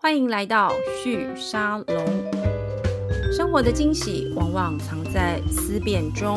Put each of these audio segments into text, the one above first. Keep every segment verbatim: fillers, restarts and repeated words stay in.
欢迎来到旭沙龙。生活的惊喜往往藏在思辨中。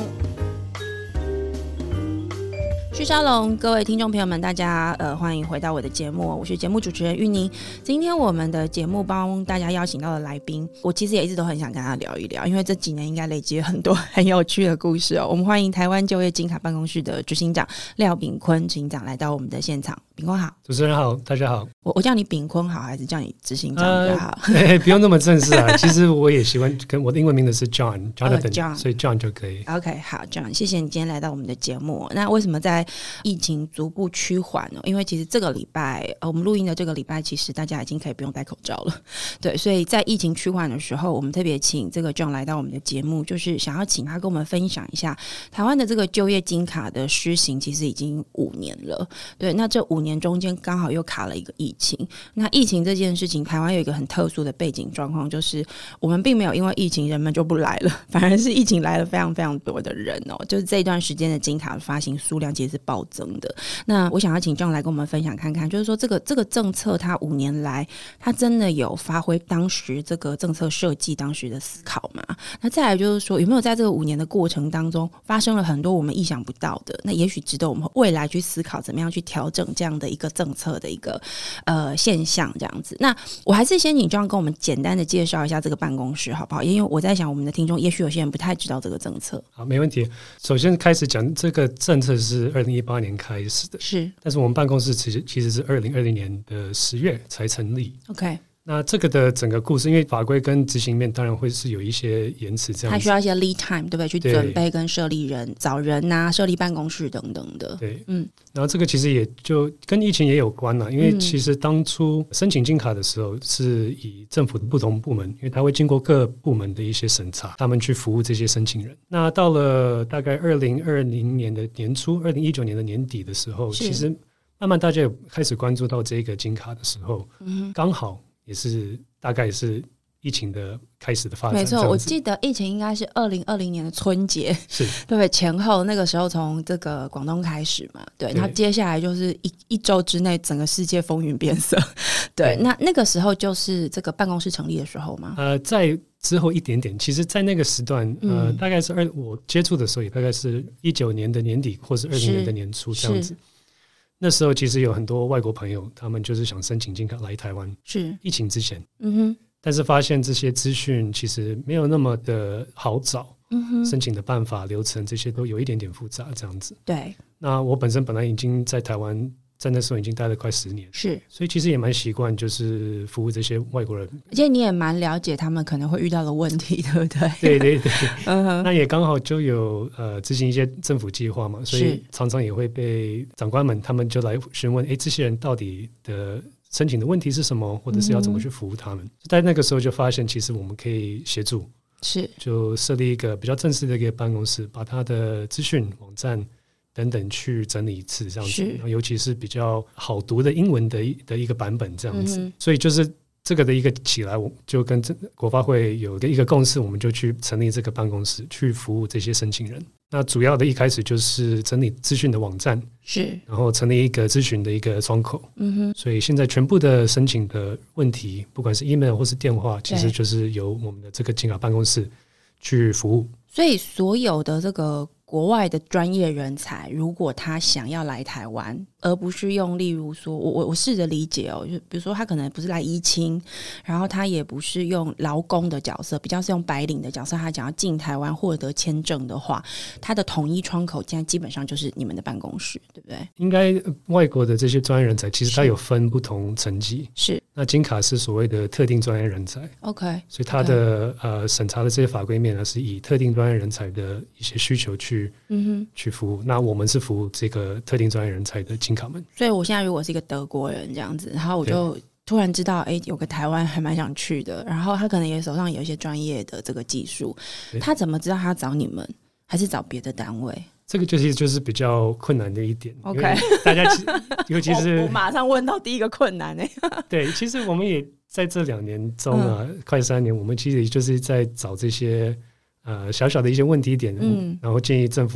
旭沙龙，各位听众朋友们，大家呃欢迎回到我的节目，我是节目主持人玉宁。今天我们的节目帮大家邀请到的来宾，我其实也一直都很想跟他聊一聊，因为这几年应该累积了很多很有趣的故事哦。我们欢迎台湾就业金卡办公室的执行长廖炳坤执行长来到我们的现场。炳坤好。 主持人好，大家好。 我我叫你炳坤好，还是叫你执行长比较好？ 呃、不用那么正式啊。其实我也喜欢，跟我的英文名字是 John Jonathan、uh, John 所以 John 就可以。 OK 好 John， 谢谢你今天来到我们的节目。那为什么在疫情逐步趋缓呢？因为其实这个礼拜、呃、我们录音的这个礼拜其实大家已经可以不用戴口罩了，对，所以在疫情趋缓的时候，我们特别请这个 John 来到我们的节目，就是想要请他跟我们分享一下台湾的这个就业金卡的施行其实已经五年了，对，那这五年中间刚好又卡了一个疫情。那疫情这件事情，台湾有一个很特殊的背景状况，就是我们并没有因为疫情人们就不来了，反而是疫情来了非常非常多的人哦，就是这一段时间的金卡的发行数量其实是暴增的。那我想要请 John 来跟我们分享看看，就是说这个这个政策它五年来它真的有发挥当时这个政策设计当时的思考吗？那再来就是说有没有在这个五年的过程当中发生了很多我们意想不到的，那也许值得我们未来去思考怎么样去调整这样的一个政策的一个呃现象这样子。那我还是先请 John 跟我们简单的介绍一下这个办公室好不好？因为我在想我们的听众也许有些人不太知道这个政策。 好，没问题。首先开始讲这个政策是二零一八年开始的， 是， 但是我们办公室其实其实是二零二零年的十月才成立。 OK， 那这个的整个故事，因为法规跟执行面当然会是有一些延迟，这样子还需要一些 lead time 对不对？去准备跟设立人找人啊，设立办公室等等的。 对，嗯，然后这个其实也就跟疫情也有关了，因为其实当初申请金卡的时候是以政府的不同部门，因为它会经过各部门的一些审查，他们去服务这些申请人。那到了大概二零二零年的年初，二零一九年的年底的时候，其实慢慢大家有开始关注到这个金卡的时候，嗯，刚好也是大概也是疫情的开始的发展。 没错，我记得疫情应该是二零二零年的春节， 是对，前后那个时候从这个广东开始嘛，对，那接下来就是一一周之内整个世界风云变色。对，对，那那个时候就是这个办公室成立的时候吗？ 呃，在之后一点点，其实在那个时段，呃，嗯、大概是二我接触的时候也大概是一九年的年底或是二零年的年初这样子。那时候其实有很多外国朋友，他们就是想申请金卡来台湾，是疫情之前，嗯哼，但是发现这些资讯其实没有那么的好找，嗯哼，申请的办法、流程这些都有一点点复杂，这样子。对，那我本身本来已经在台湾，在那时候已经待了快十年，是，所以其实也蛮习惯，就是服务这些外国人， 而且你也蛮了解他们可能会遇到的问题，对不对？ 对对对，嗯、那也刚好就有呃执行一些政府计划嘛，所以常常也会被长官们他们就来询问，哎，这些人到底的申请的问题是什么，或者是要怎么去服务他们。嗯、在那个时候就发现，其实我们可以协助，是，就设立一个比较正式的一个办公室，把他的资讯网站等等去整理一次这样子，尤其是比较好读的英文的 一, 的一个版本这样子、嗯、所以就是这个的一个起来，我就跟国发会有一个共识，我们就去成立这个办公室去服务这些申请人。那主要的一开始就是整理资讯的网站，是，然后成立一个咨询的一个窗口，嗯哼，所以现在全部的申请的问题，不管是 email 或是电话，其实就是由我们的这个金卡办公室去服务。 所以所有的这个国外的专业人才，如果他想要来台湾，而不是用例如说我我我试着理解哦，就比如说他可能不是来依亲，然后他也不是用劳工的角色，比较是用白领的角色，他想要进台湾获得签证的话，他的统一窗口现在基本上就是你们的办公室，对不对？ 应该外国的这些专业人才其实他有分不同层级，是，那金卡是所谓的特定专业人才 OK， 所以他的、okay. 呃审查的这些法规面呢，是以特定专业人才的一些需求去嗯哼去服务。那我们是服务这个特定专业人才的金卡们。 所以我现在如果是一个德国人这样子，然后我就突然知道哎，有个台湾还蛮想去的，然后他可能也手上有一些专业的这个技术，他怎么知道他找你们还是找别的单位？ 这个就是就是比较困难的一点 OK， 大家尤其是我, 我马上问到第一个困难、欸、 对，其实我们也在这两年中啊、嗯、快三年，我们其实就是在找这些呃小小的一些问题点、嗯、然后建议政府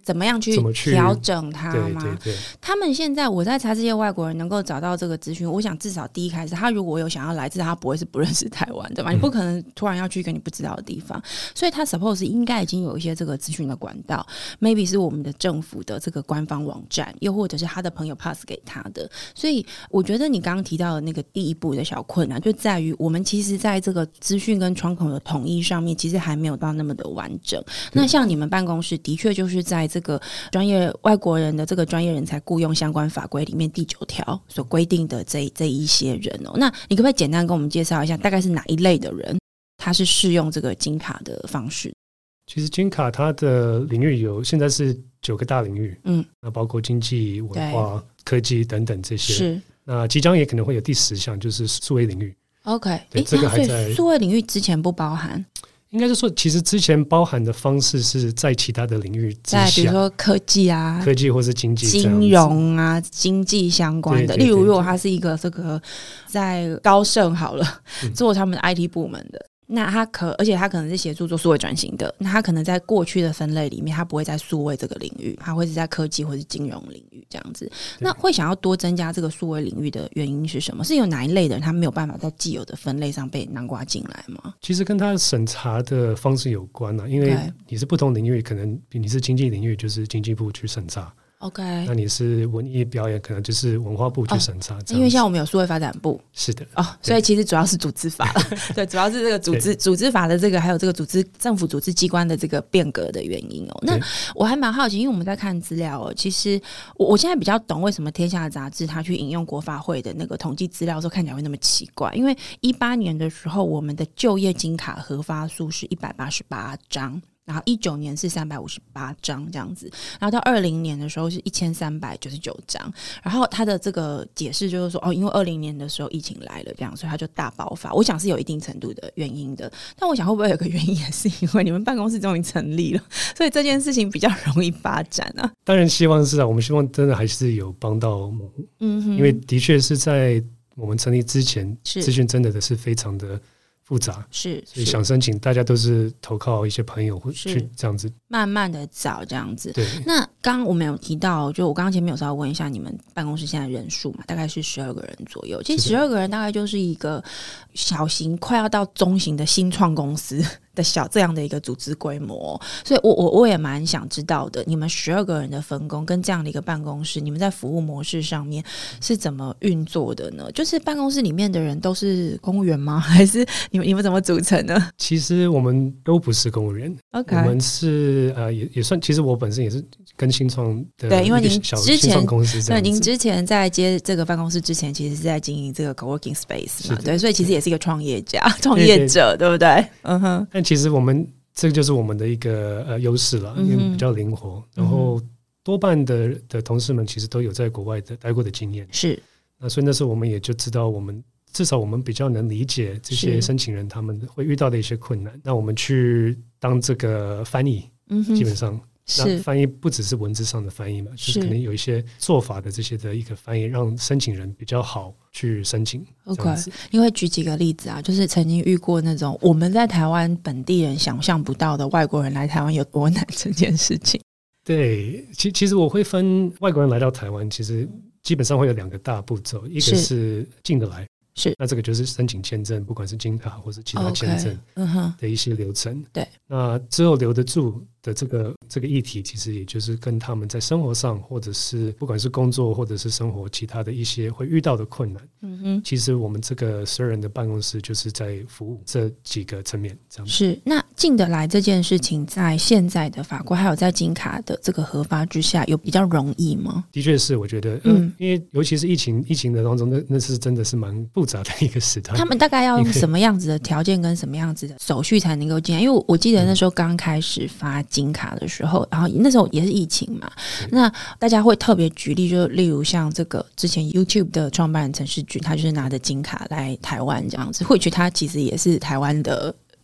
怎么样去调整它吗？ 对对对， 他们现在我在查这些外国人能够找到这个资讯，我想至少第一开始，他如果有想要来，至少他不会是不认识台湾对吧？你不可能突然要去一个你不知道的地方，所以他 suppose 应该已经有一些这个资讯的管道 ，maybe 是我们的政府的这个官方网站，又或者是他的朋友 pass 给他的。所以我觉得你刚刚提到的那个第一步的小困难，就在于我们其实在这个资讯跟窗口的统一上面，其实还没有到那么的完整。那像你们办公室的确就是在这个专业外国人的这个专业人才雇用相关法规里面第九条所规定的这这一些人哦，那你可不可以简单跟我们介绍一下，大概是哪一类的人他是适用这个金卡的方式？ 其实金卡它的领域有现在是九个大领域，嗯，那包括经济、文化、科技等等这些。是，那即将也可能会有第十项，就是数位领域。 OK， 对，这个还在数位领域之前不包含。 应该是说，其实之前包含的方式是在其他的领域之下， 比如说科技啊、 科技或是经济、 金融啊、经济相关的。对对对对，例如，如果他是一个这个在高盛好了，嗯、做他们的 I T 部门的。那他可，而且他可能是协助做数位转型的，那他可能在过去的分类里面，他不会在数位这个领域，他会是在科技或是金融领域这样子。那会想要多增加这个数位领域的原因是什么？是有哪一类的人他没有办法在既有的分类上被囊括进来吗？ 其实跟他审查的方式有关啊，因为你是不同领域，可能你是经济领域，就是经济部去审查。OK， 那你是文艺表演，可能就是文化部去审查、哦。 因为像我们有数位发展部， 是的哦，所以其实主要是组织法了，对，主要是这个组织组织法的这个，还有这个组织政府组织机关的这个变革的原因哦。那我还蛮好奇，因为我们在看资料哦，其实我我现在比较懂为什么天下杂志它去引用国发会的那个统计资料的时候看起来会那么奇怪，因为一八年的时候，我们的就业金卡核发数是一百八十八张。然后一九年是三百五十八张这样子，然后到二零年的时候是一千三百九十九张。然后他的这个解释就是说，哦，因为二零年的时候疫情来了，这样，所以他就大爆发。我想是有一定程度的原因的，但我想会不会有个原因也是因为你们办公室终于成立了，所以这件事情比较容易发展啊。 当然希望是啊，我们希望真的还是有帮到，嗯哼，因为的确是在我们成立之前，资讯真的是非常的复杂， 是， 所以想申请，大家都是投靠一些朋友去这样子， 慢慢的找这样子。 对。 那刚刚我们有提到，就我刚刚前面有稍微问一下你们办公室现在人数嘛，大概是十二个人左右。其实十二个人大概就是一个小型快要到中型的新创公司的小这样的一个组织规模，所以我我我也蛮想知道的，你们十二个人的分工跟这样的一个办公室，你们在服务模式上面是怎么运作的呢？就是办公室里面的人都是公务员吗？还是你们你们怎么组成呢？ 其实我们都不是公务员 ，OK， 我们是呃也也算，其实我本身也是跟新创的对，因为您之前公司这样子，对， 您之前在接这个办公室之前，其实是在经营这个 coworking space 嘛，对，所以其实也是一个创业家、创业者， 对, 对, 对不对？嗯哼。 但其实我们这个就是我们的一个呃优势了，因为比较灵活，嗯、然后多半的的同事们其实都有在国外的待过的经验， 是。 那所以那时候我们也就知道，我们至少我们比较能理解这些申请人他们会遇到的一些困难。那我们去当这个翻译，嗯、基本上。那翻译不只是文字上的翻译嘛，就是可能有一些做法的这些的一个翻译，让申请人比较好去申请。 OK， 因为举几个例子啊，就是曾经遇过那种我们在台湾本地人想象不到的外国人来台湾有多难这件事情。 对，其其实我会分外国人来到台湾，其实基本上会有两个大步骤，一个是进得来。 是， 那这个就是申请签证，不管是金卡或是其他签证的一些流程。Okay, 对， 那之后留得住的这个这个议题，其实也就是跟他们在生活上，或者是不管是工作或者是生活其他的一些会遇到的困难。嗯哼，其实我们这个十二人的办公室就是在服务这几个层面，这样是。那进得来这件事情，在现在的法规还有在金卡的这个核发之下，有比较容易吗？ 的确是，我觉得，嗯，因为尤其是疫情疫情的当中，那那是真的是蛮不杂的一个时代。 他们大概要用什么样子的条件跟什么样子的手续才能够进来？因为我记得那时候刚开始发金卡的时候，然后那时候也是疫情嘛，那大家会特别举例，就例如像这个之前 YouTube 的创办人陈世俊，他就是拿着金卡来台湾这样子，或许他其实也是台湾的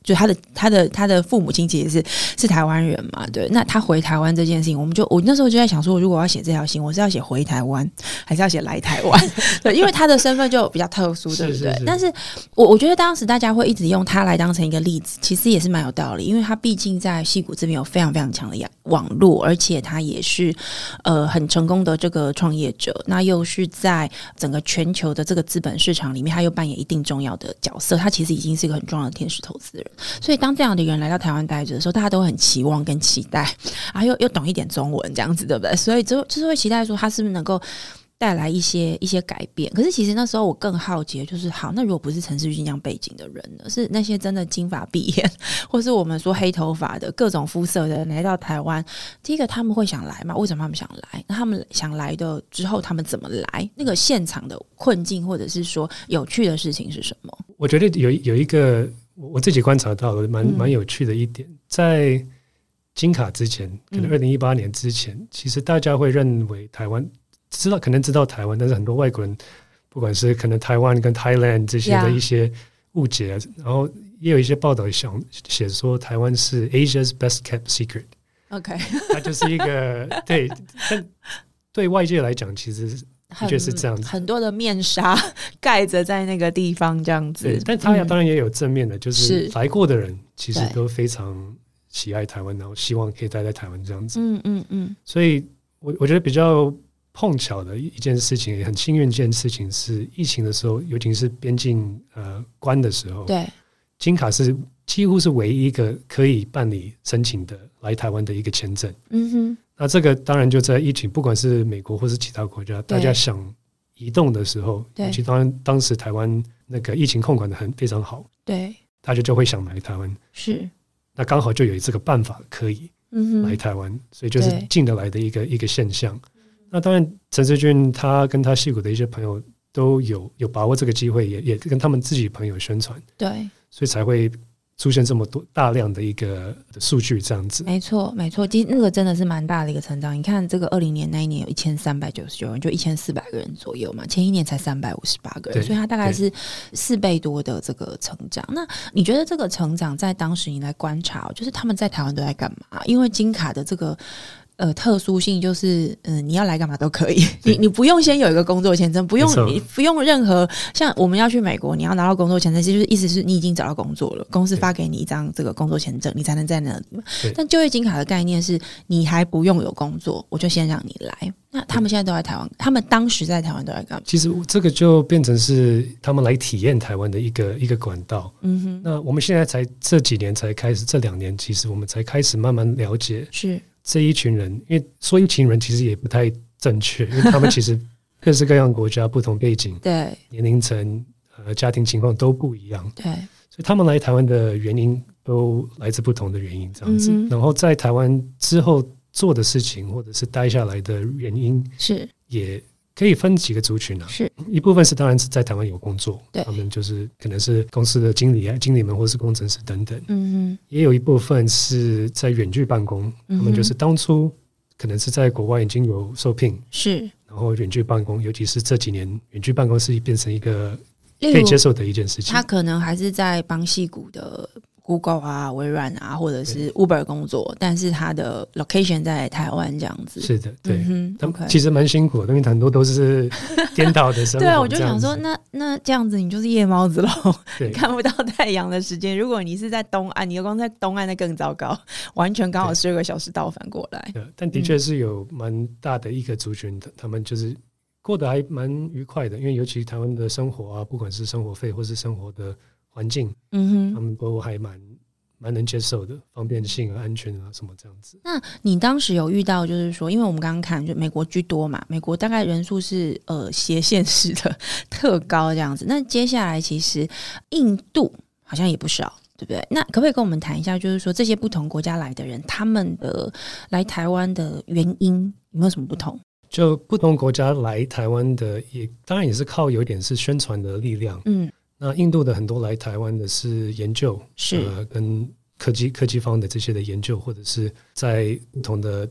就他的他的他的父母亲其实是是台湾人嘛，对。那他回台湾这件事情，我们就我那时候就在想说，如果我要写这条信，我是要写回台湾，还是要写来台湾？对，因为他的身份就比较特殊，对不对？是是是，但是我我觉得当时大家会一直用他来当成一个例子，其实也是蛮有道理，因为他毕竟在矽谷这边有非常非常强的网络，而且他也是呃很成功的这个创业者，那又是在整个全球的这个资本市场里面，他又扮演一定重要的角色，他其实已经是一个很重要的天使投资人。所以当这样的人来到台湾待着的时候，大家都很期望跟期待啊，又又懂一点中文这样子，对不对？所以就就是会期待说他是不是能够带来一些一些改变。可是其实那时候我更好奇的就是，好，那如果不是陈士峻这样背景的人呢，是那些真的金发碧眼，或是我们说黑头发的各种肤色的人来到台湾，第一个他们会想来吗？为什么他们想来？那他们想来的之后，他们怎么来？那个现场的困境或者是说有趣的事情是什么？ 我觉得有有一个我自己观察到的蛮蛮有趣的一点，在金卡之前，可能二零一八年之前、嗯，其实大家会认为台湾知道可能知道台湾，但是很多外国人，不管是可能台湾跟 Thailand 这些的一些误解， yeah. 然后也有一些报道想写说台湾是 Asia's best kept secret。OK， 它就是一个对，但对外界来讲，其实的确是这样子， 很多的面纱盖着在那个地方这样子。 对，但它当然也有正面的，嗯、就是来过的人其实都非常喜爱台湾，然后希望可以待在台湾这样子。嗯嗯嗯。所以我我觉得比较碰巧的一件事情，也很幸运一件事情是，疫情的时候，尤其是边境呃关的时候， 对， 金卡是几乎是唯一一个可以办理申请的来台湾的一个签证。嗯哼。那这个当然就在疫情，不管是美国或是其他国家，大家想移动的时候，尤其当然当时台湾那个疫情控管的很非常好， 对， 大家就会想来台湾。 是， 那刚好就有这个办法可以来台湾，嗯、所以就是进得来的一个一个现象。那当然，陈士峻他跟他矽谷的一些朋友都有有把握这个机会，也也跟他们自己朋友宣传， 对， 所以才会出现这么多大量的一个的数据这样子。 没错没错，其实那个真的是蛮大的一个成长。你看这个二零年那一年有一千三百九十九人，就一千四百个人左右嘛，前一年才三百五十八个人，所以它大概是四倍多的这个成长。那你觉得这个成长在当时你来观察，就是他们在台湾都在干嘛？因为金卡的这个呃，特殊性就是，嗯、呃，你要来干嘛都可以，你你不用先有一个工作签证，不用你不用任何像我们要去美国，你要拿到工作签证，就是意思是你已经找到工作了，公司发给你一张这个工作签证，你才能在那里。但就业金卡的概念是，你还不用有工作，我就先让你来。那他们现在都在台湾，他们当时在台湾都在干嘛？ 其实这个就变成是他们来体验台湾的一个一个管道。嗯哼。那我们现在才这几年才开始，这两年其实我们才开始慢慢了解是。这一群人，因为说一群人其实也不太正确，因为他们其实各式各样国家、不同背景、对年龄层、呃家庭情况都不一样，对，所以他们来台湾的原因都来自不同的原因，这样子。嗯、然后在台湾之后做的事情，或者是待下来的原因，是也可以分几个族群啊。是一部分是当然是在台湾有工作，他们就是可能是公司的经理啊、经理们，或是工程师等等。嗯，也有一部分是在远距办公，嗯、他们就是当初可能是在国外已经有受聘，是，然后远距办公，尤其是这几年远距办公是变成一个可以接受的一件事情。 他可能还是在帮矽谷的Google 啊、微软啊，或者是 Uber 工作，但是他的 location 在台湾这样子。 是的，对，嗯、他们其实蛮辛苦的，因为很多都是颠倒的生活。 对，我就想说，那那这样子你就是夜猫子喽，你看不到太阳的时间。如果你是在东岸，你的光在东岸那更糟糕，完全刚好十二个小时倒反过来。 对，但的确是有蛮大的一个族群，嗯、他们就是过得还蛮愉快的，因为尤其台湾的生活啊，不管是生活费或是生活的环境，嗯哼，他们都还蛮蛮能接受的，方便性啊、安全啊什么这样子。 那你当时有遇到，就是说，因为我们刚刚看，就美国居多嘛，美国大概人数是呃斜线式的特高这样子。那接下来其实印度好像也不少，对不对？那可不可以跟我们谈一下，就是说这些不同国家来的人，他们的来台湾的原因有没有什么不同？ 就不同国家来台湾的也，当然也是靠有一点是宣传的力量，嗯。那印度的很多来台湾的是研究，是呃跟科技科技方的这些的研究，或者是在不同的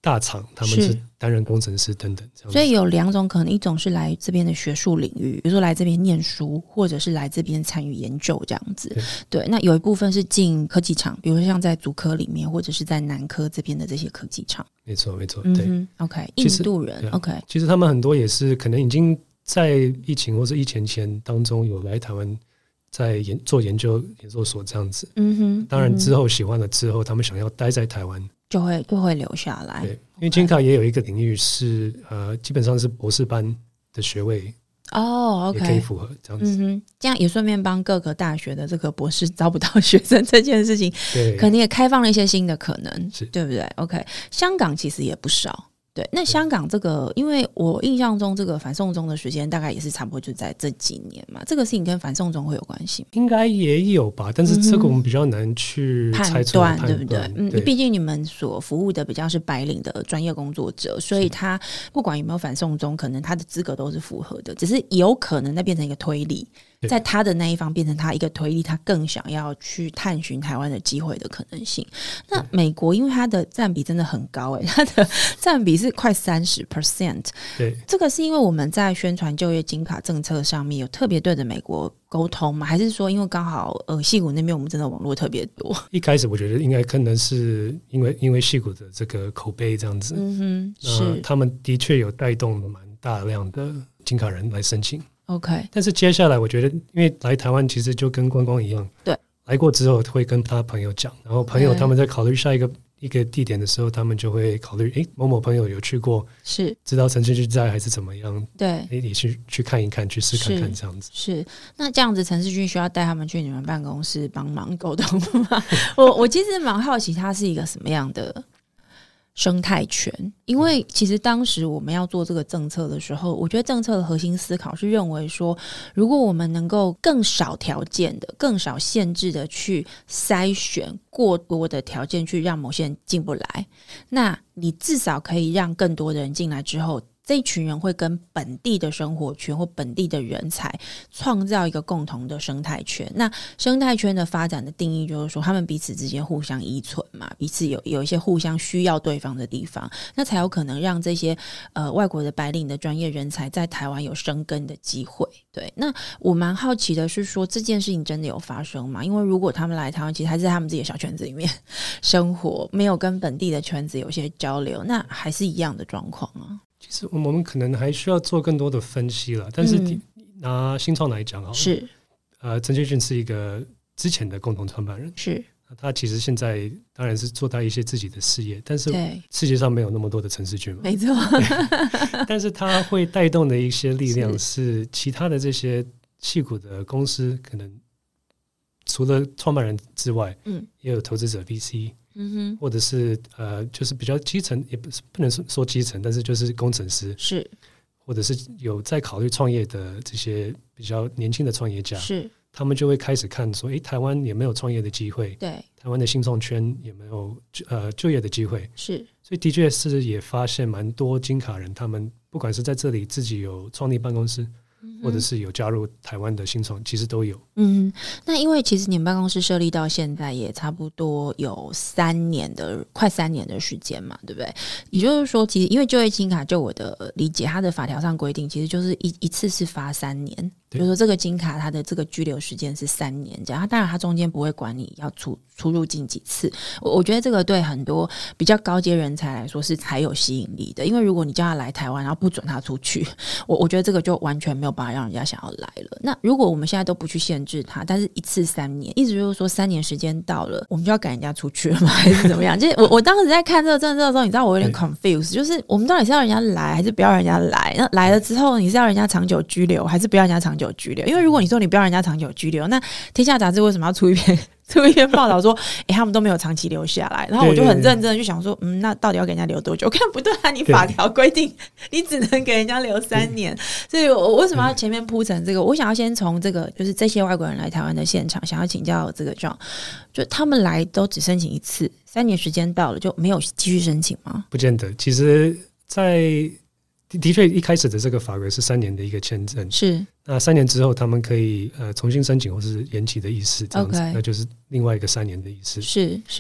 大厂，他们是担任工程师等等这样子。 所以有两种可能，一种是来这边的学术领域，比如说来这边念书，或者是来这边参与研究这样子。对，对，那有一部分是进科技厂，比如说像在竹科里面，或者是在南科这边的这些科技厂。 没错没错， 对、嗯、OK， 印度人 OK， 其实他们很多也是可能已经在疫情或是疫情前当中有来台湾在研做研究研究所这样子。嗯哼，当然之后喜欢了之后，他们想要待在台湾，就会就会留下来。 对，因为金卡也有一个领域是呃，基本上是博士班的学位。 哦、oh, ，OK， 也可以符合这样子。 嗯哼，这样也顺便帮各个大学的这个博士招不到学生这件事情，对，可能也开放了一些新的可能，对不对 ？OK， 香港其实也不少。对，那香港这个，因为我印象中这个反送中的时间大概也是差不多就在这几年嘛，这个事情跟反送中会有关系吗？ 应该也有吧，但是这个我们比较难去猜测判断，对不对？嗯，毕竟你们所服务的比较是白领的专业工作者，所以他不管有没有反送中，可能他的资格都是符合的，只是有可能那变成一个推力。在他的那一方变成他一个推力，他更想要去探寻台湾的机会的可能性。那美国因为它的占比真的很高、欸、它的占比是快 百分之三十。对，这个是因为我们在宣传就业金卡政策上面有特别对着美国沟通吗？还是说因为刚好呃矽谷那边我们真的网络特别多？一开始我觉得应该可能是因为因为矽谷的这个口碑这样子。嗯哼，是他们的确有带动蛮大量的金卡人来申请。 OK， 但是接下来我觉得因为来台湾其实就跟观光一样， 对， 来过之后会跟他朋友讲，然后朋友他们在考虑下一个一个地点的时候，他们就会考虑诶某某朋友有去过， 是知道陈世勋在还是怎么样， 对， 诶你去去看一看，去试看看这样子。 是，是那这样子陈世勋需要带他们去你们办公室帮忙沟通吗？我我其实蛮好奇他是一个什么样的生态圈，因为其实当时我们要做这个政策的时候，我觉得政策的核心思考是认为说，如果我们能够更少条件的、更少限制的去筛选过多的条件去让某些人进不来，那你至少可以让更多的人进来之后，这一群人会跟本地的生活圈或本地的人才创造一个共同的生态圈。那生态圈的发展的定义就是说，他们彼此之间互相依存嘛，彼此有有一些互相需要对方的地方，那才有可能让这些呃外国的白领的专业人才在台湾有生根的机会。对，那我蛮好奇的是说，这件事情真的有发生吗？因为如果他们来台湾，其实还是在他们自己的小圈子里面生活，没有跟本地的圈子有些交流，那还是一样的状况啊。 其实我们可能还需要做更多的分析了，但是、嗯、拿新创来讲好了， 是呃，陈世勋是一个之前的共同创办人， 是他其实现在当然是做他一些自己的事业，但是世界上没有那么多的陈世勋嘛， 没错。 但是他会带动的一些力量是其他的这些矽谷的公司，可能除了创办人之外，嗯，也有投资者 V C。嗯哼，或者是呃，就是比较基层，也不是不能说基层，但是就是工程师， 是， 或者是有在考虑创业的这些比较年轻的创业家， 是， 他们就会开始看说，诶，台湾有没有创业的机会？ 对， 台湾的新创圈有没有呃就业的机会？ 是， 所以的确是也发现蛮多金卡人，他们不管是在这里自己有创立办公室，或者是有加入台湾的新创，其实都有。 嗯，那因为其实你们办公室设立到现在也差不多有三年的快三年的时间嘛，对不对？也就是说，其实因为就业金卡，就我的理解，它的法条上规定，其实就是一一次是发三年。比如说这个金卡它的这个居留时间是三年这样，它当然它中间不会管你要出出入境几次，我我觉得这个对很多比较高阶人才来说是才有吸引力的，因为如果你叫他来台湾然后不准他出去，我我觉得这个就完全没有办法让人家想要来了。那如果我们现在都不去限制他，但是一次三年，意思就是说三年时间到了，我们就要赶人家出去了吗？还是怎么样？就是我我当时在看这个政策的时候，你知道我有点 confused， 就是我们到底是要人家来还是不要人家来？那来了之后，你是要人家长久居留还是不要人家长久居留？因为如果你说你不要人家长久居留，那天下杂志为什么要出一篇出一篇报道说诶他们都没有长期留下来？然后我就很认真的去想说嗯那到底要给人家留多久？我看不对啊，你法条规定你只能给人家留三年，所以我为什么要前面铺成这个？我想要先从这个就是这些外国人来台湾的现场想要请教这个 John， 就他们来都只申请一次，三年时间到了就没有继续申请吗？ 不见得，其实在的确一开始的这个法规是三年的一个签证， 是那三年之后他们可以呃重新申请或是延期的意思这样子， okay， 那就是另外一个三年的意思。 是是，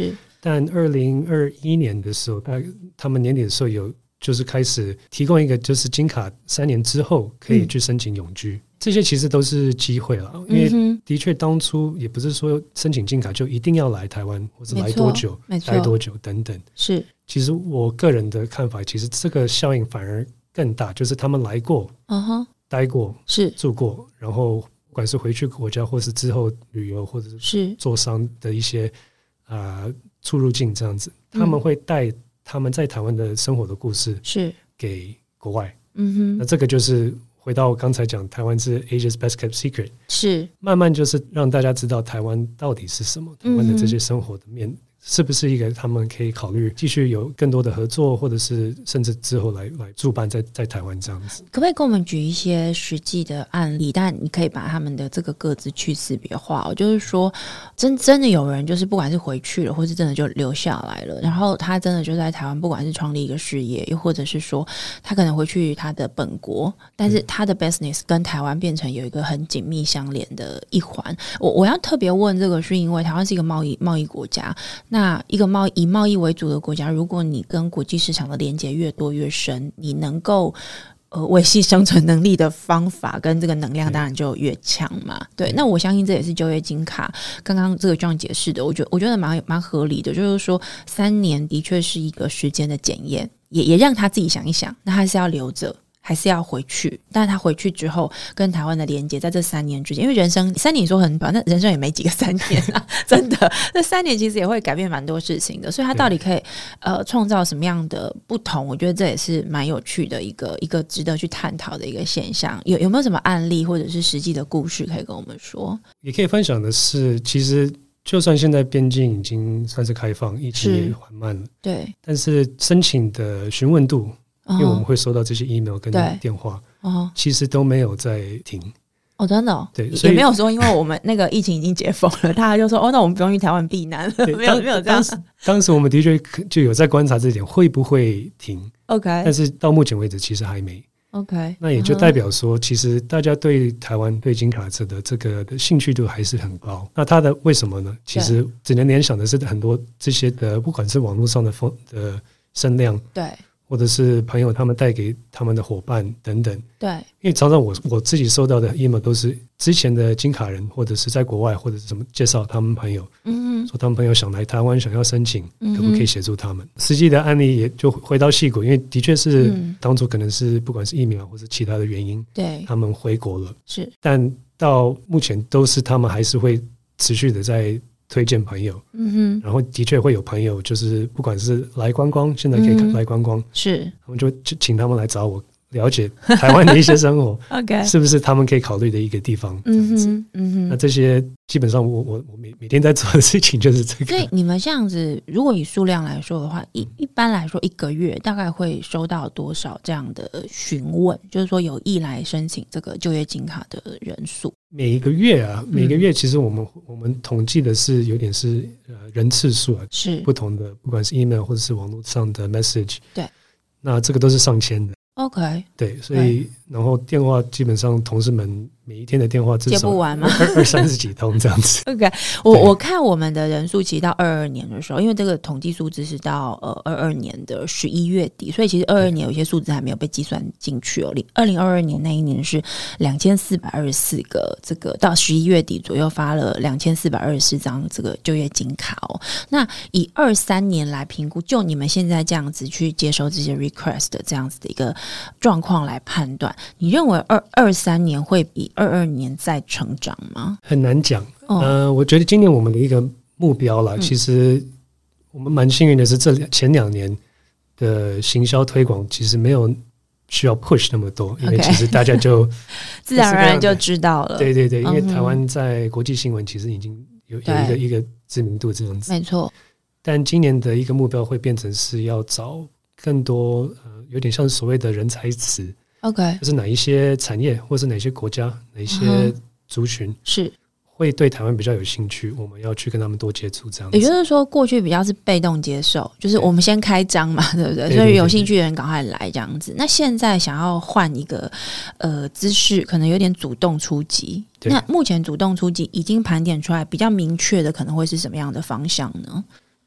但二零二一年的时候，他们年底的时候有就是开始提供一个就是金卡三年之后可以去申请永居、嗯、这些其实都是机会了，因为的确当初也不是说申请金卡就一定要来台湾或者来多久待多久等等， 是其实我个人的看法，其实这个效应反而更大，就是他们来过、uh-huh, 待过是住过，然后不管是回去国家或是之后旅游或者是做商的一些呃出入境这样子，他们会带他们在台湾的生活的故事是给国外，嗯哼，那这个就是回到刚才讲台湾是 Asia's best kept secret， 是慢慢就是让大家知道台湾到底是什么，台湾的这些生活的面、嗯、是不是一个他们可以考虑继续有更多的合作，或者是甚至之后来来驻办在在台湾这样子。 可不可以跟我们举一些实际的案例，但你可以把他们的这个各自去识别化，就是说真真的有人就是不管是回去了或是真的就留下来了，然后他真的就在台湾不管是创立一个事业，又或者是说他可能回去他的本国，但是他的 business 跟台湾变成有一个很紧密相连的一环。我我要特别问这个是因为台湾是一个贸易贸易国家，那一个贸易以贸易为主的国家，如果你跟国际市场的连接越多越深，你能够呃维系生存能力的方法跟这个能量当然就越强嘛。对，那我相信这也是就业金卡刚刚这个这样解释的，我觉得我觉得蛮蛮合理的，就是说三年的确是一个时间的检验，也也让他自己想一想，那他是要留着还是要回去，但是他回去之后跟台湾的连接在这三年之间，因为人生三年说很短，那人生也没几个三年啊真的那三年其实也会改变蛮多事情的，所以他到底可以呃创造什么样的不同，我觉得这也是蛮有趣的一个一个值得去探讨的一个现象。有有没有什么案例或者是实际的故事可以跟我们说？ 也可以分享的是，其实就算现在边境已经算是开放，疫情也缓慢了，对，但是申请的询问度，因为我们会收到这些 email 跟电话、哦、其实都没有在停。 哦，真的、哦、 对， 也没有说因为我们那个疫情已经解封了大家就说哦，那我们不用去台湾避难了，没有没有这样。当时, 当时我们的确就有在观察这点会不会停 OK， 但是到目前为止其实还没 OK， 那也就代表说、嗯、其实大家对台湾对金卡车的这个的兴趣度还是很高。那它的为什么呢？其实只能联想的是很多这些的不管是网络上的风的声量，对，或者是朋友他们带给他们的伙伴等等，对，因为常常我我自己收到的 email 都是之前的金卡人，或者是在国外或者是什么介绍他们朋友，嗯，说他们朋友想来台湾想要申请，可不可以协助他们、嗯、实际的案例也就回到矽谷，因为的确是当初可能是不管是疫苗或是其他的原因，对，他们回国了，是，但到目前都是他们还是会持续的在推荐朋友，嗯哼，然后的确会有朋友就是不管是来观光，现在可以来观光、嗯、是，他们就请他们来找我了解台湾的一些生活OK， 是不是他们可以考虑的一个地方，嗯哼嗯哼，那这些基本上我我我每每天在做的事情就是这个。 所以你们这样子如果以数量来说的话，一一般来说一个月大概会收到多少这样的询问，就是说有意来申请这个就业金卡的人数？ 每一个月啊，每个月其实我们、嗯、我们统计的是有点是呃人次数啊，是不同的，不管是 email 或者是网络上的 message， 对，那这个都是上千的。OK， 对，所以然后电话基本上同事们每一天的电话至少接不完吗？ 二二三十几通这样子。 OK， 我我看我们的人数其实到二二年的时候，因为这个统计数字是到呃二二年的十一月底，所以其实二二年有些数字还没有被计算进去哦。二零二二年那一年是两千四百二十四个，这个到十一月底左右发了两千四百二十四张这个就业金卡哦。那以二三年来评估，就你们现在这样子去接收这些 request 的这样子的一个状况来判断，你认为二二三年会比二二年再成长吗？ 很难讲、哦、呃，我觉得今年我们的一个目标啦、嗯、其实我们蛮幸运的是这前两年的行销推广其实没有需要 push 那么多，因为其实大家就自然而然就知道了。 对对对，因为台湾在国际新闻其实已经有有一个一个知名度这样子， 没错。 但今年的一个目标会变成是要找更多呃，有点像所谓的人才池 ，OK， 就是哪一些产业或是哪些国家、哪一些族群、嗯、是会对台湾比较有兴趣，我们要去跟他们多接触，这样子。 也就是说，过去比较是被动接受，就是我们先开张嘛，对不对？所以有兴趣的人赶快来这样子。那现在想要换一个呃姿势，可能有点主动出击。那目前主动出击已经盘点出来比较明确的，可能会是什么样的方向呢？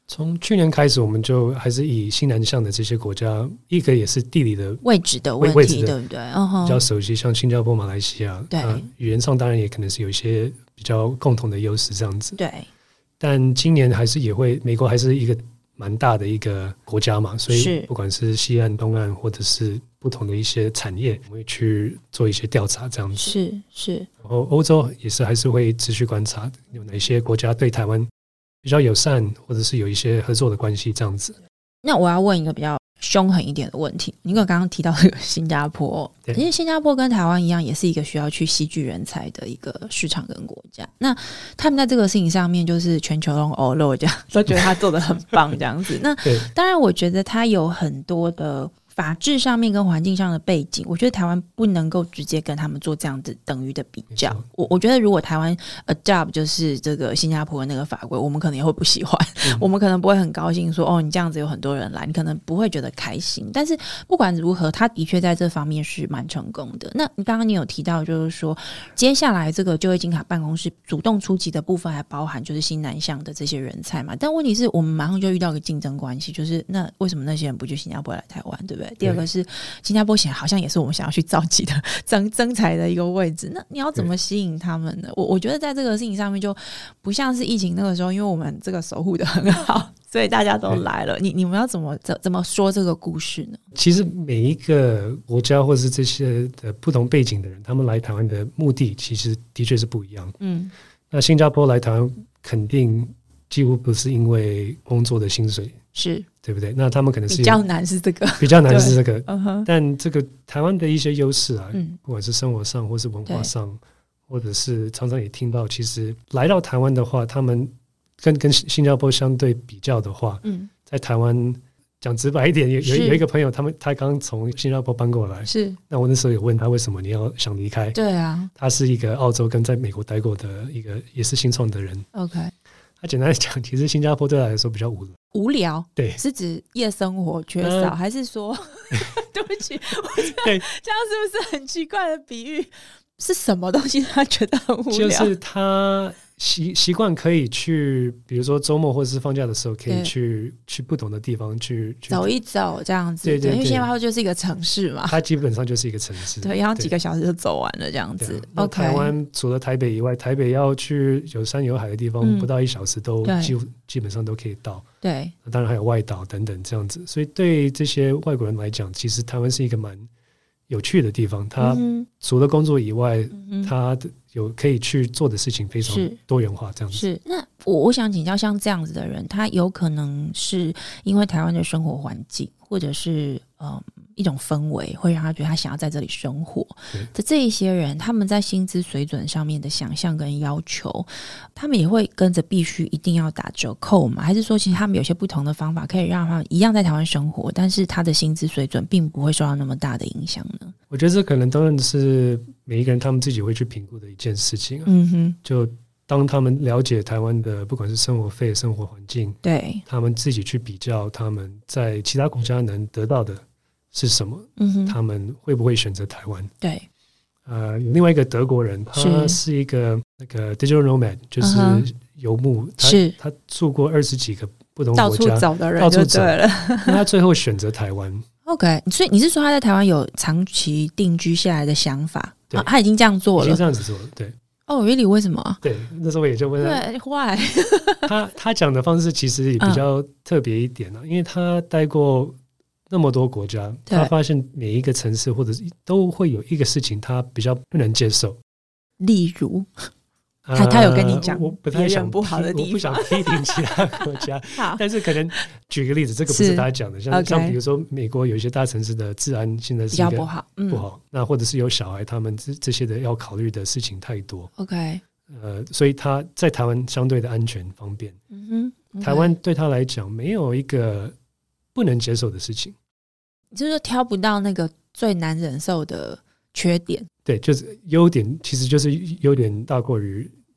从去年开始，我们就还是以西南向的这些国家，一个也是地理的位置的问题，对不对？ 比较熟悉，像新加坡、马来西亚， 对、 呃，语言上当然也可能是有一些比较共同的优势，这样子。 对。 但今年还是也会，美国还是一个蛮大的一个国家嘛，所以不管是西岸、东岸，或者是不同的一些产业，我们会去做一些调查，这样子。 是是。 然后欧洲也是还是会持续观察有哪些国家对台湾比较友善，或者是有一些合作的关系这样子。 那我要问一个比较凶狠一点的问题，你刚刚提到这个新加坡，因为新加坡跟台湾一样，也是一个需要去吸聚人才的一个市场跟国家。那他们在这个事情上面，就是全球都欧陆这样，都觉得他做得很棒这样子。那当然，我觉得他有很多的法治上面跟环境上的背景，我觉得台湾不能够直接跟他们做这样子等于的比较。我我觉得如果台湾 adopt 就是这个新加坡的那个法规，我们可能也会不喜欢、嗯、我们可能不会很高兴说哦，你这样子有很多人来，你可能不会觉得开心。但是不管如何，他的确在这方面是蛮成功的。那你刚刚你有提到就是说接下来这个就业金卡办公室主动出击的部分还包含就是新南向的这些人才嘛，但问题是我们马上就遇到一个竞争关系，就是那为什么那些人不去新加坡来台湾，对不对？第二个是新加坡显好像也是我们想要去召集的增增财的一个位置，那你要怎么吸引他们呢？我我觉得在这个事情上面就不像是疫情那个时候，因为我们这个守护的很好，所以大家都来了。你你们要怎么怎怎么说这个故事呢？ 其实每一个国家或是这些的不同背景的人，他们来台湾的目的其实的确是不一样。嗯，那新加坡来台湾肯定几乎不是因为工作的薪水，是对不对？那他们可能是比较难是这个， 比较难是这个。 uh-huh. 但这个台湾的一些优势啊、嗯，不管是生活上或是文化上，或者是常常也听到，其实来到台湾的话，他们跟跟新加坡相对比较的话，嗯、在台湾讲直白一点，有有一个朋友，他们他刚从新加坡搬过来，是。那我那时候有问他为什么你要想离开？ 对啊， 他是一个澳洲跟在美国待过的一个也是新创的人。 OK。 他简单来讲，其实新加坡对他来说比较无聊。 无聊， 对， 是指夜生活缺少，呃、还是说，对不起，对，这样是不是很奇怪的比喻？是什么东西他觉得很无聊？ 就是他习习惯可以去，比如说周末或者是放假的时候，可以去去不同的地方去走一走，这样子。对 对, 对，因为新加坡就是一个城市嘛， 它基本上就是一个城市， 对，然后几个小时就走完了这样子。 那台湾除了台北以外，台北要去有山有海的地方，嗯、不到一小时都基乎基本上都可以到。对，当然还有外岛等等这样子。所以对这些外国人来讲，其实台湾是一个蛮有趣的地方，他除了工作以外，嗯、他有可以去做的事情非常多元化，这样子。 是，那我我想请教，像这样子的人，他有可能是因为台湾的生活环境，或者是嗯一种氛围，会让他觉得他想要在这里生活的这一些人，他们在薪资水准上面的想象跟要求，他们也会跟着必须一定要打折扣吗？还是说其实他们有些不同的方法可以让他们一样在台湾生活，但是他的薪资水准并不会受到那么大的影响呢？ 我觉得这可能当然是每一个人他们自己会去评估的一件事情、啊、嗯哼，就当他们了解台湾的不管是生活费、生活环境，对，他们自己去比较他们在其他国家能得到的是什么，嗯哼，他们会不会选择台湾？对，呃，有另外一个德国人，他是一个那个 digital nomad， 就是游牧，是他住过二十几个不同国家， 到处走的人就对了。 那他最后选择台湾。 OK， 所以你是说他在台湾有长期定居下来的想法？啊、他已经这样做了， 已经这样子做了，对。 哦、oh, ，really？ 为什么？ 对，那时候我也就问他， 对 ，why？ 他他讲的方式其实也比较特别一点啊、嗯，因为他待过那么多国家，他发现每一个城市或者都会有一个事情他比较不能接受， 例如。他他有跟你讲， 我不太想不好的地方， 我不想批评其他国家，但是可能举个例子，这个不是他讲的，像、okay. 像比如说美国有一些大城市的治安现在是一个比较不好，嗯、 不好，那或者是有小孩，他们这这些的要考虑的事情太多。 OK， 呃，所以他在台湾相对的安全方便，嗯哼， okay. 台湾对他来讲没有一个不能接受的事情， 就是挑不到那个最难忍受的缺点。 对，就是优点，其实就是优点大过于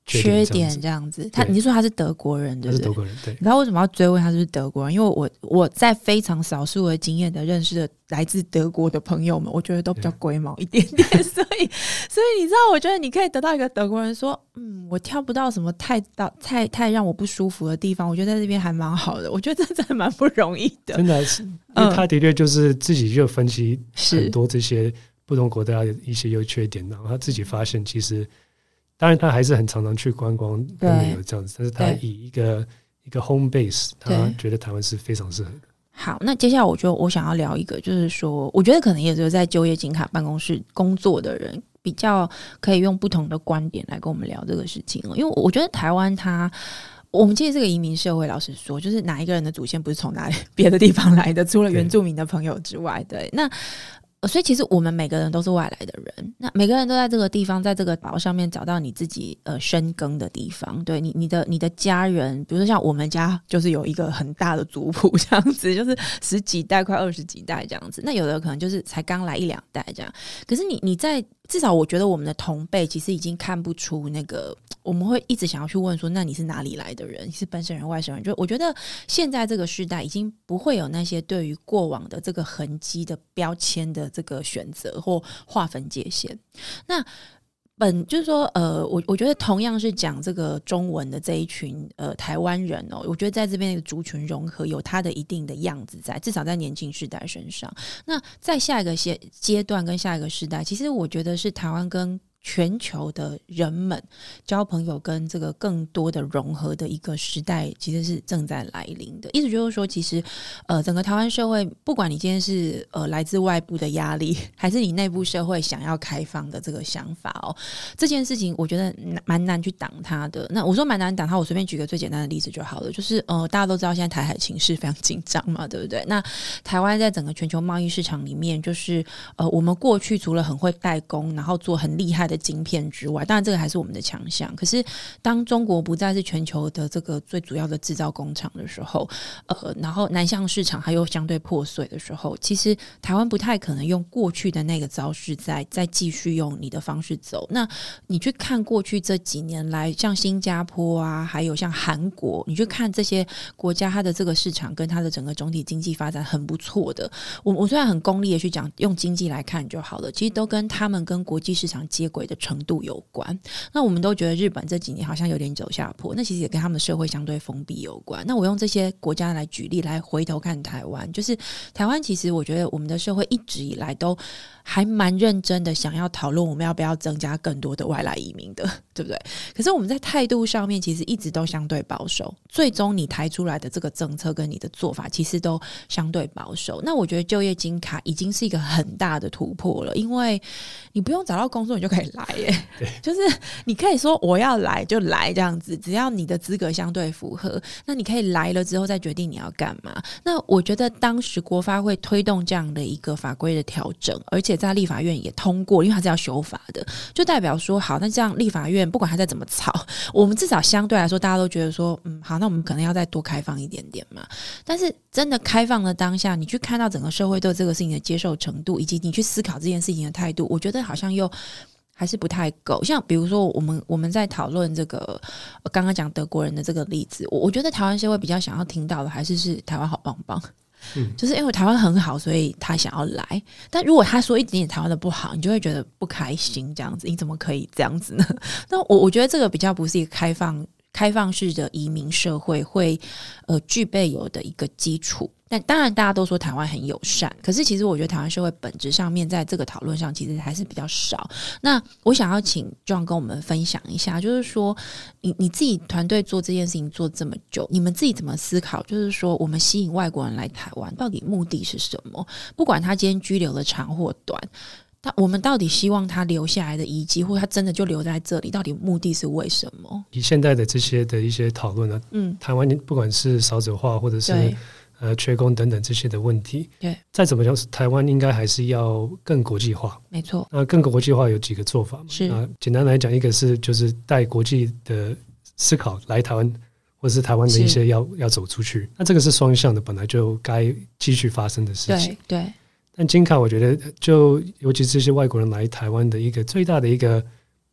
缺点这样子。他，你说他是德国人，对不对？ 他是德国人，对。 你知道为什么要追问他是不是德国人？因为我我在非常少数的经验的认识的来自德国的朋友们，我觉得都比较龟毛一点点，所以所以你知道，我觉得你可以得到一个德国人说，嗯，我挑不到什么太到太太让我不舒服的地方，我觉得在这边还蛮好的。我觉得这真的蛮不容易的， 真的是，因为他的确就是自己就分析很多这些不同国家的一些优缺点，然后他自己发现其实。当然他还是很常常去观光跟旅游这样子，但是他以一个一个 home base， 他觉得台湾是非常适合的。 好，那接下来我就我想要聊一个，就是说我觉得可能也只有在就业金卡办公室工作的人比较可以用不同的观点来跟我们聊这个事情哦。因为我觉得台湾它我们其实这个移民社会，老实说就是哪一个人的祖先不是从哪里别的地方来的，除了原住民的朋友之外。对，那所以其实我们每个人都是外来的人，那每个人都在这个地方，在这个岛上面找到你自己呃深耕的地方。对，你你的你的家人，比如说像我们家就是有一个很大的族谱这样子，就是十几代快二十几代这样子，那有的可能就是才刚来一两代这样。可是你你在至少我觉得我们的同辈其实已经看不出那个，我们会一直想要去问说，那你是哪里来的人？你是本省人外省人？就我觉得现在这个时代已经不会有那些对于过往的这个痕迹的标签的这个选择或划分界限。那本就是说呃我我觉得同样是讲这个中文的这一群呃台湾人哦，我觉得在这边的族群融合有它的一定的样子在，至少在年轻世代身上。那在下一个阶段跟下一个世代，其实我觉得是台湾跟全球的人们交朋友跟这个更多的融合的一个时代其实是正在来临的。意思就是说其实呃，整个台湾社会不管你今天是呃来自外部的压力还是你内部社会想要开放的这个想法哦，这件事情我觉得蛮难去挡它的。那我说蛮难挡它，我随便举个最简单的例子就好了，就是呃，大家都知道现在台海情势非常紧张嘛，对不对？那台湾在整个全球贸易市场里面，就是呃，我们过去除了很会代工然后做很厉害的晶片之外，当然这个还是我们的强项，可是当中国不再是全球的这个最主要的制造工厂的时候，呃，然后南向市场还有相对破碎的时候，其实台湾不太可能用过去的那个招式再再继续用你的方式走。那你去看过去这几年来，像新加坡啊，还有像韩国，你去看这些国家，它的这个市场跟它的整个总体经济发展很不错的。我我虽然很功利的去讲，用经济来看就好了，其实都跟他们跟国际市场接轨的程度有关。那我们都觉得日本这几年好像有点走下坡，那其实也跟他们社会相对封闭有关。那我用这些国家来举例，来回头看台湾，就是台湾其实我觉得我们的社会一直以来都还蛮认真的想要讨论我们要不要增加更多的外来移民的，对不对？可是我们在态度上面其实一直都相对保守，最终你抬出来的这个政策跟你的做法其实都相对保守。那我觉得就业金卡已经是一个很大的突破了，因为你不用找到工作你就可以来耶，就是你可以说我要来就来这样子，只要你的资格相对符合，那你可以来了之后再决定你要干嘛。那我觉得当时国发会推动这样的一个法规的调整，而且在立法院也通过，因为它是要修法的，就代表说好，那这样立法院不管它再怎么吵，我们至少相对来说大家都觉得说嗯好，那我们可能要再多开放一点点嘛。但是真的开放的当下，你去看到整个社会对这个事情的接受程度，以及你去思考这件事情的态度，我觉得好像又还是不太够。像比如说我们我们在讨论这个刚刚讲德国人的这个例子，我我觉得台湾社会比较想要听到的还是是台湾好棒棒，嗯，就是因为台湾很好所以他想要来，但如果他说一点点台湾的不好，你就会觉得不开心，这样子你怎么可以这样子呢？那我我觉得这个比较不是一个开放开放式的移民社会会呃具备有的一个基础。但当然大家都说台湾很友善，可是其实我觉得台湾社会本质上面在这个讨论上其实还是比较少。那我想要请 John 跟我们分享一下，就是说你你自己团队做这件事情做这么久，你们自己怎么思考，就是说我们吸引外国人来台湾到底目的是什么？不管他今天居留的长或短，但我们到底希望他留下来的遗迹，或他真的就留在这里，到底目的是为什么？ 以现在的这些的一些讨论呢，嗯，台湾不管是少子化或者是呃缺工等等这些的问题，对，再怎么讲，台湾应该还是要更国际化。 没错， 那更国际化有几个做法嘛？是那简单来讲，一个是就是带国际的思考来台湾，或者是台湾的一些要要走出去，那这个是双向的，本来就该继续发生的事情。 对对。但金卡我觉得就尤其是这些外国人来台湾的一个最大的一个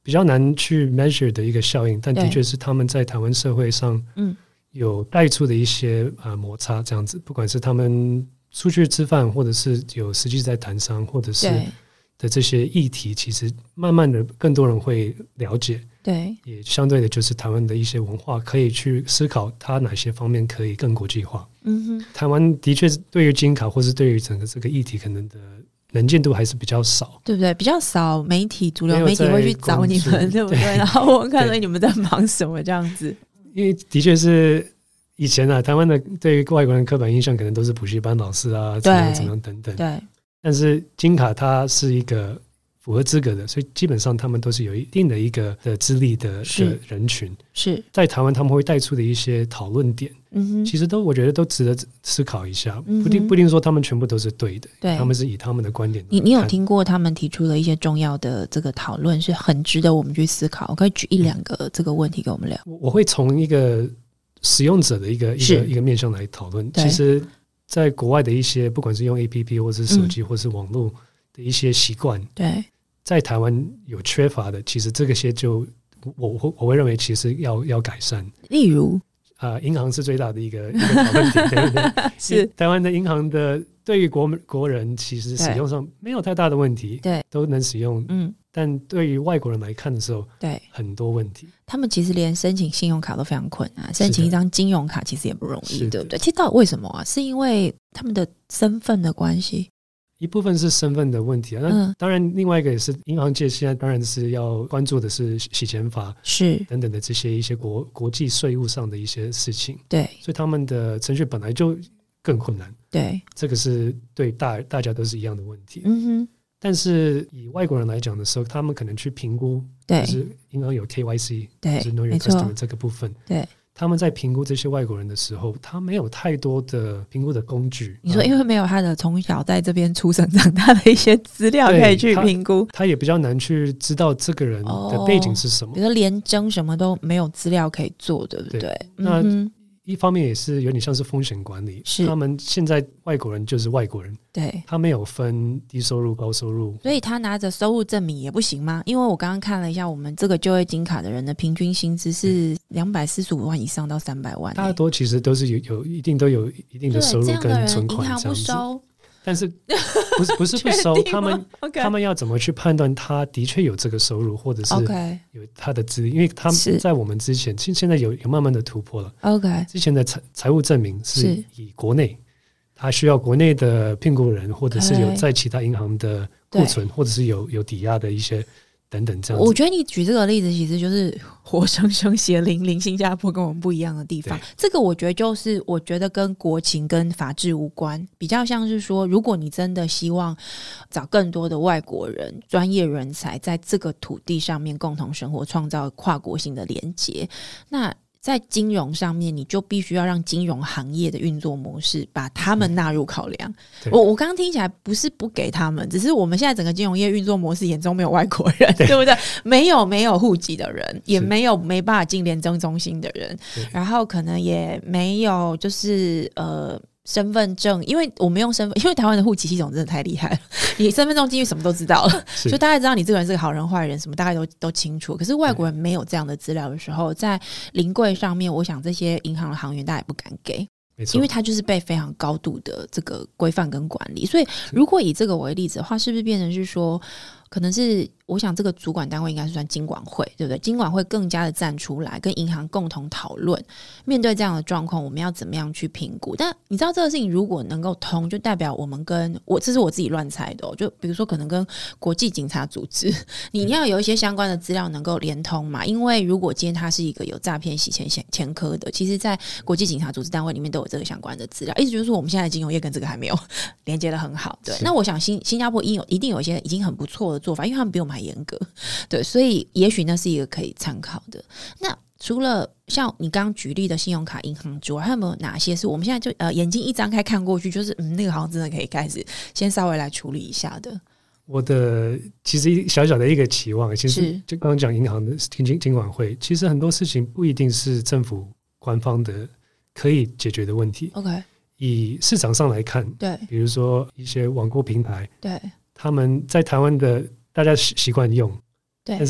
比较难去 measure 的一个效应，但的确是他们在台湾社会上有带出的一些、呃、摩擦这样子，不管是他们出去吃饭，或者是有实际在谈商，或者是的这些议题，其实慢慢的更多人会了解， 对， 也相对的就是台湾的一些文化可以去思考它哪些方面可以更国际化。嗯哼，台湾的确对于金卡或是对于整个这个议题可能的能见度还是比较少， 对不对？比较少媒体主流媒体会去找你们，对不对？然后我看到你们在忙什么这样子， 因为的确是以前啊，台湾的对于外国人刻板印象可能都是补习班老师啊，怎么样怎么样等等， 对。 但是金卡它是一个符合资格的，所以基本上他们都是有一定的一个的资历 的, 的人群， 是在台湾他们会带出的一些讨论点、嗯、其实都我觉得都值得思考一下、嗯、不, 定不一定说他们全部都是对的，对，他们是以他们的观点。 你, 你有听过他们提出的一些重要的这个讨论是很值得我们去思考，我可以举一两个这个问题给我们聊。 我, 我会从一个使用者的一个一个一个面向来讨论。其实在国外的一些不管是用 A P P 或是手机或是网络的一些习惯、嗯、对，在台湾有缺乏的，其实这个些就我我我会认为其实要要改善。 例如呃，银行是最大的一个一个讨论点，对不对？是台湾的银行的对于国国人其实使用上没有太大的问题，对，都能使用。嗯，但对于外国人来看的时候，对，很多问题。 他们其实连申请信用卡都非常困难，申请一张金融卡其实也不容易，对不对？其实到底为什么啊？是因为他们的身份的关系？ 一部分是身份的问题啊，那当然另外一个也是银行界现在当然是要关注的是洗钱法是等等的这些一些国国际税务上的一些事情，对，所以他们的程序本来就更困难，对，这个是对 大, 大家都是一样的问题。嗯哼，但是以外国人来讲的时候，他们可能去评估，对，就是银行有 K Y C， 对，就是 Know Your Customer 这个部分，对，他们在评估这些外国人的时候，他没有太多的评估的工具。 你说因为没有他的从小在这边出生长大的一些资料可以去评估， 他, 他也比较难去知道这个人的背景是什么， 比如说连征什么都没有资料可以做，对不对？对， 那、嗯、一方面也是有点像是风险管理，是他们现在外国人就是外国人，对，他没有分低收入高收入， 所以他拿着收入证明也不行吗？因为我刚刚看了一下我们这个就业金卡的人的平均薪资是两百四十五万以上到三百万、欸、 大多其实都是 有, 有一定都有一定的收入跟存款， 银行不收， 但是不是不是不收他们、okay. 他们要怎么去判断他的确有这个收入，或者是有他的资历，因为他们在我们之前现在 有, 有慢慢的突破了。 OK， 之前的财财务证明是以国内他需要国内的聘雇人，或者是有在其他银行的库存，或者是有有抵押的一些等等这样子。 我觉得你举这个例子其实就是活生生血淋淋新加坡跟我们不一样的地方。这个我觉得就是我觉得跟国情跟法治无关，比较像是说如果你真的希望找更多的外国人专业人才在这个土地上面共同生活，创造跨国性的连结，那在金融上面你就必须要让金融行业的运作模式把他们纳入考量、嗯、我我刚刚听起来不是不给他们，只是我们现在整个金融业运作模式眼中没有外国人， 对, 对不对？没有没有户籍的人，也没有没办法进联征中心的人，然后可能也没有就是呃身份证，因为我们用身份，因为台湾的户籍系统真的太厉害了，你身份证进去什么都知道了，所以大概知道你这个人是个好人坏人什么大概 都, 都清楚。可是外国人没有这样的资料的时候，在临柜上面我想这些银行的行员大家也不敢给，因为它就是被非常高度的这个规范跟管理。所以如果以这个为例子的话，是不是变成是说可能是我想这个主管单位应该是算金管会，对不对？金管会更加的站出来跟银行共同讨论，面对这样的状况我们要怎么样去评估。但你知道这个事情如果能够通，就代表我们跟我这是我自己乱猜的、哦、就比如说可能跟国际警察组织你要有一些相关的资料能够连通嘛，因为如果今天它是一个有诈骗洗钱前科的，其实在国际警察组织单位里面都有这个相关的资料，意思就是说我们现在的金融业跟这个还没有连接得很好。对，那我想新新加坡一有一定有一些已经很不错的做法，因为他们比我们还严格，对，所以也许那是一个可以参考的。那除了像你刚刚举例的信用卡银行之外，还有没有哪些是我们现在就呃眼睛一张开看过去就是嗯那个好像真的可以开始先稍微来处理一下的？ 我的其实小小的一个期望，其实就刚刚讲银行的金金管会，其实很多事情不一定是政府官方的可以解决的问题。 OK， 以市场上来看，对，比如说一些网购平台，对，他们在台湾的大家习惯用，对，但是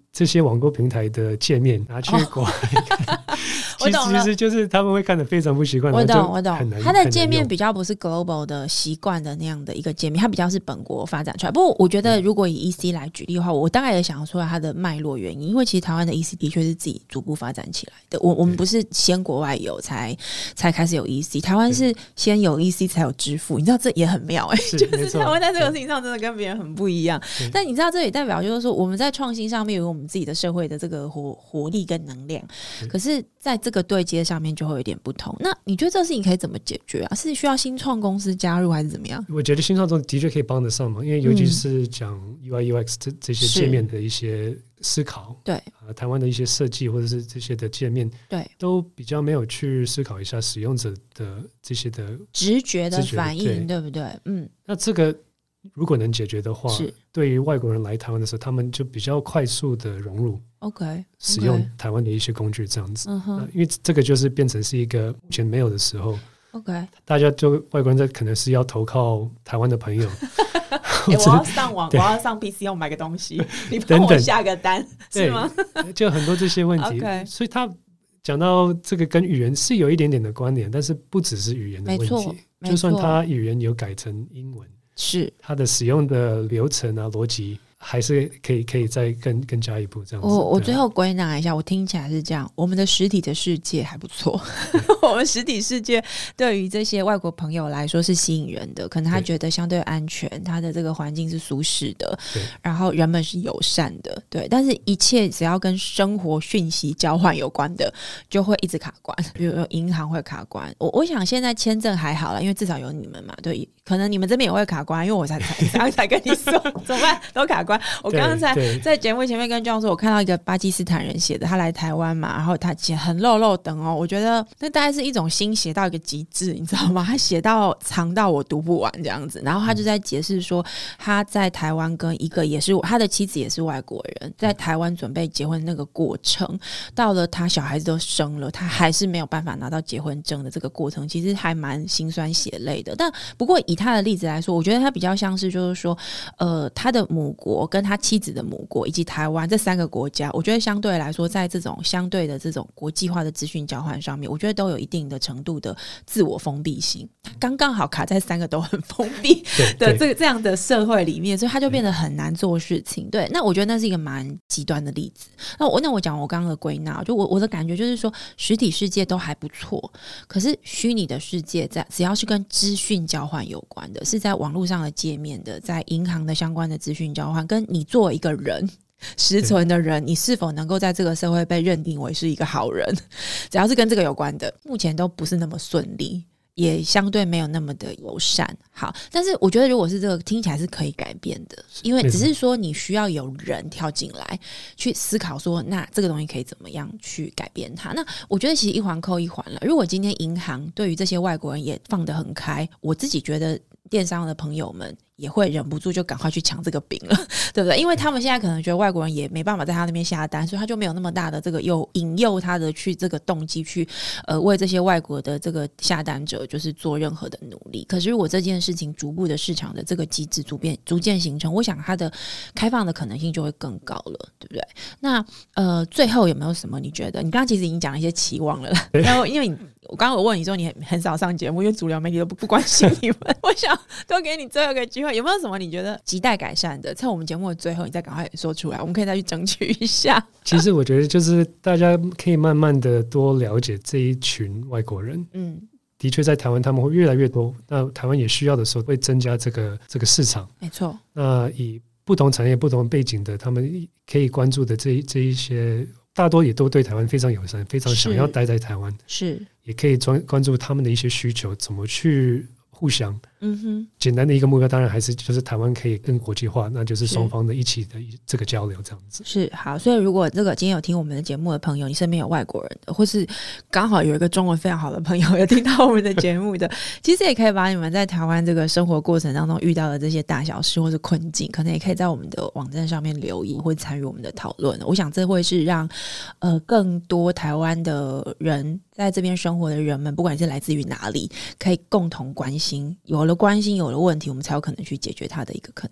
这些网购平台的界面拿去国外看、哦、 我懂了， 其实就是他们会看得非常不习惯。 我懂我懂，它的界面比较不是 global 的习惯的那样的一个界面，它比较是本国发展出来。不过我觉得如果以 E C 来举例的话，我大概也想出来它的脉络原因，因为其实台湾的 E C 的确是自己逐步发展起来的。我我们不是先国外有才才开始有 E C， 台湾是先有 E C 才有支付，你知道这也很妙哎、欸，就是台湾在这个事情上真的跟别人很不一样。但你知道这也代表就是说我们在创新上面有我们自己的社会的这个活活力跟能量，可是在这个对接上面就会有点不同。那你觉得这个事情可以怎么解决啊？是需要新创公司加入还是怎么样？ 我觉得新创中的确可以帮得上忙，因为尤其是讲 U I U X 这这些界面的一些思考， 对、 呃、台湾的一些设计或者是这些的界面， 对，都比较没有去思考一下使用者的这些的直觉的反应， 对, 对不对？嗯， 那这个如果能解决的话，对于外国人来台湾的时候，他们就比较快速的融入 ，OK，, okay. 使用台湾的一些工具这样子。嗯哼，因为这个就是变成是一个目前没有的时候。 OK， 大家就外国人在可能是要投靠台湾的朋友。 欸、我要上网，我要上 P C 要买个东西，你帮我下个单是吗？ 就很多这些问题。okay. 所以他讲到这个跟语言是有一点点的关联，但是不只是语言的问题。就算他语言有改成英文， 是他的使用的流程啊、逻辑还是可以可以再更更加一步这样子。 我我最后归纳一下，我听起来是这样：我们的实体的世界还不错，我们实体世界对于这些外国朋友来说是吸引人的，可能他觉得相对安全，他的这个环境是舒适的，然后人们是友善的，对。但是一切只要跟生活讯息交换有关的，就会一直卡关，比如说银行会卡关。我我想现在签证还好了，因为至少有你们嘛，对。可能你们这边也会卡关，因为我才才刚才跟你说怎么办都卡关。我刚刚才在节目前面跟 John 说，我看到一个巴基斯坦人写的，他来台湾嘛，然后他写很漏漏等哦，我觉得那大概是一种心写到一个极致，你知道吗？他写到长到我读不完这样子，然后他就在解释说，他在台湾跟一个也是他的妻子也是外国人，在台湾准备结婚那个过程，到了他小孩子都生了，他还是没有办法拿到结婚证的这个过程，其实还蛮心酸血泪的。但不过以他的例子来说，我觉得他比较像是就是说，呃，他的母国跟他妻子的母国以及台湾这三个国家，我觉得相对来说在这种相对的这种国际化的资讯交换上面，我觉得都有一定的程度的自我封闭性，他刚刚好卡在三个都很封闭的这个这样的社会里面，所以他就变得很难做事情。对，那我觉得那是一个蛮极端的例子。那我那我讲我刚刚的归纳，就我我的感觉就是说，实体世界都还不错，可是虚拟的世界在只要是跟资讯交换有关的，是在网络上的界面的，在银行的相关的资讯交换，跟你作为一个人实存的人，你是否能够在这个社会被认定为是一个好人，只要是跟这个有关的，目前都不是那么顺利，也相对没有那么的友善。好，但是我觉得如果是这个听起来是可以改变的，因为只是说你需要有人跳进来去思考说，那这个东西可以怎么样去改变它。那我觉得其实一环扣一环了，如果今天银行对于这些外国人也放得很开，我自己觉得电商的朋友们也会忍不住就赶快去抢这个饼了，对不对？因为他们现在可能觉得外国人也没办法在他那边下单，所以他就没有那么大的这个诱引诱他的去这个动机去呃为这些外国的这个下单者就是做任何的努力。可是如果这件事情逐步的市场的这个机制逐渐逐渐形成，我想它的开放的可能性就会更高了，对不对？那呃最后有没有什么你觉得你刚刚其实已经讲了一些期望了啦，然后因为你我刚刚有问你说你 很, 很少上节目，因为主流媒体都 不, 不关心你们我想多给你最后一个机会，有没有什么你觉得亟待改善的，在我们节目的最后你再赶快说出来，我们可以再去争取一下。 其实我觉得就是大家可以慢慢的多了解这一群外国人，嗯，的确在台湾他们会越来越多，那台湾也需要的时候会增加这个这个市场， 没错。 那以不同产业不同背景的他们可以关注的这这一些大多也都对台湾非常友善，非常想要待在台湾，是也可以关注他们的一些需求，怎么去互相。嗯哼，简单的一个目标当然还是就是台湾可以更国际化，那就是双方的一起的这个交流这样子。 是，好，所以如果这个今天有听我们的节目的朋友，你身边有外国人的，或是刚好有一个中文非常好的朋友有听到我们的节目的其实也可以把你们在台湾这个生活过程当中遇到的这些大小事或是困境，可能也可以在我们的网站上面留言或参与我们的讨论。我想这会是让呃更多台湾的人在这边生活的人们，不管是来自于哪里，可以共同关心，有了关心有了问题，我们才有可能去解决它的一个可能。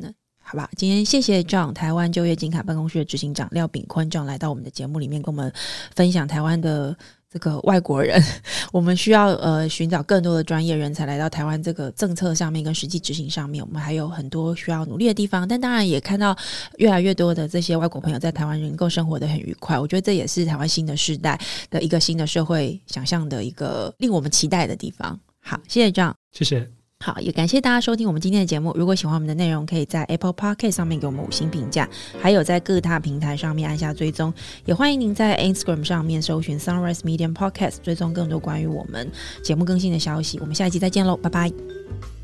好吧，今天谢谢 John 台湾就业金卡办公室的执行长廖炳坤 John 来到我们的节目里面跟我们分享台湾的这个外国人我们需要呃寻找更多的专业人才来到台湾这个政策上面跟实际执行上面，我们还有很多需要努力的地方，但当然也看到越来越多的这些外国朋友在台湾能够生活得很愉快，我觉得这也是台湾新的世代的一个新的社会想象的一个令我们期待的地方。好，谢谢 John。 谢谢。 好，也感谢大家收听我们今天的节目，如果喜欢我们的内容可以在 Apple Podcast 上面给我们五星评价，还有在各大平台上面按下追踪，也欢迎您在 Instagram 上面搜寻 Sunrise Medium Podcast 追踪更多关于我们节目更新的消息。我们下一集再见喽，拜拜。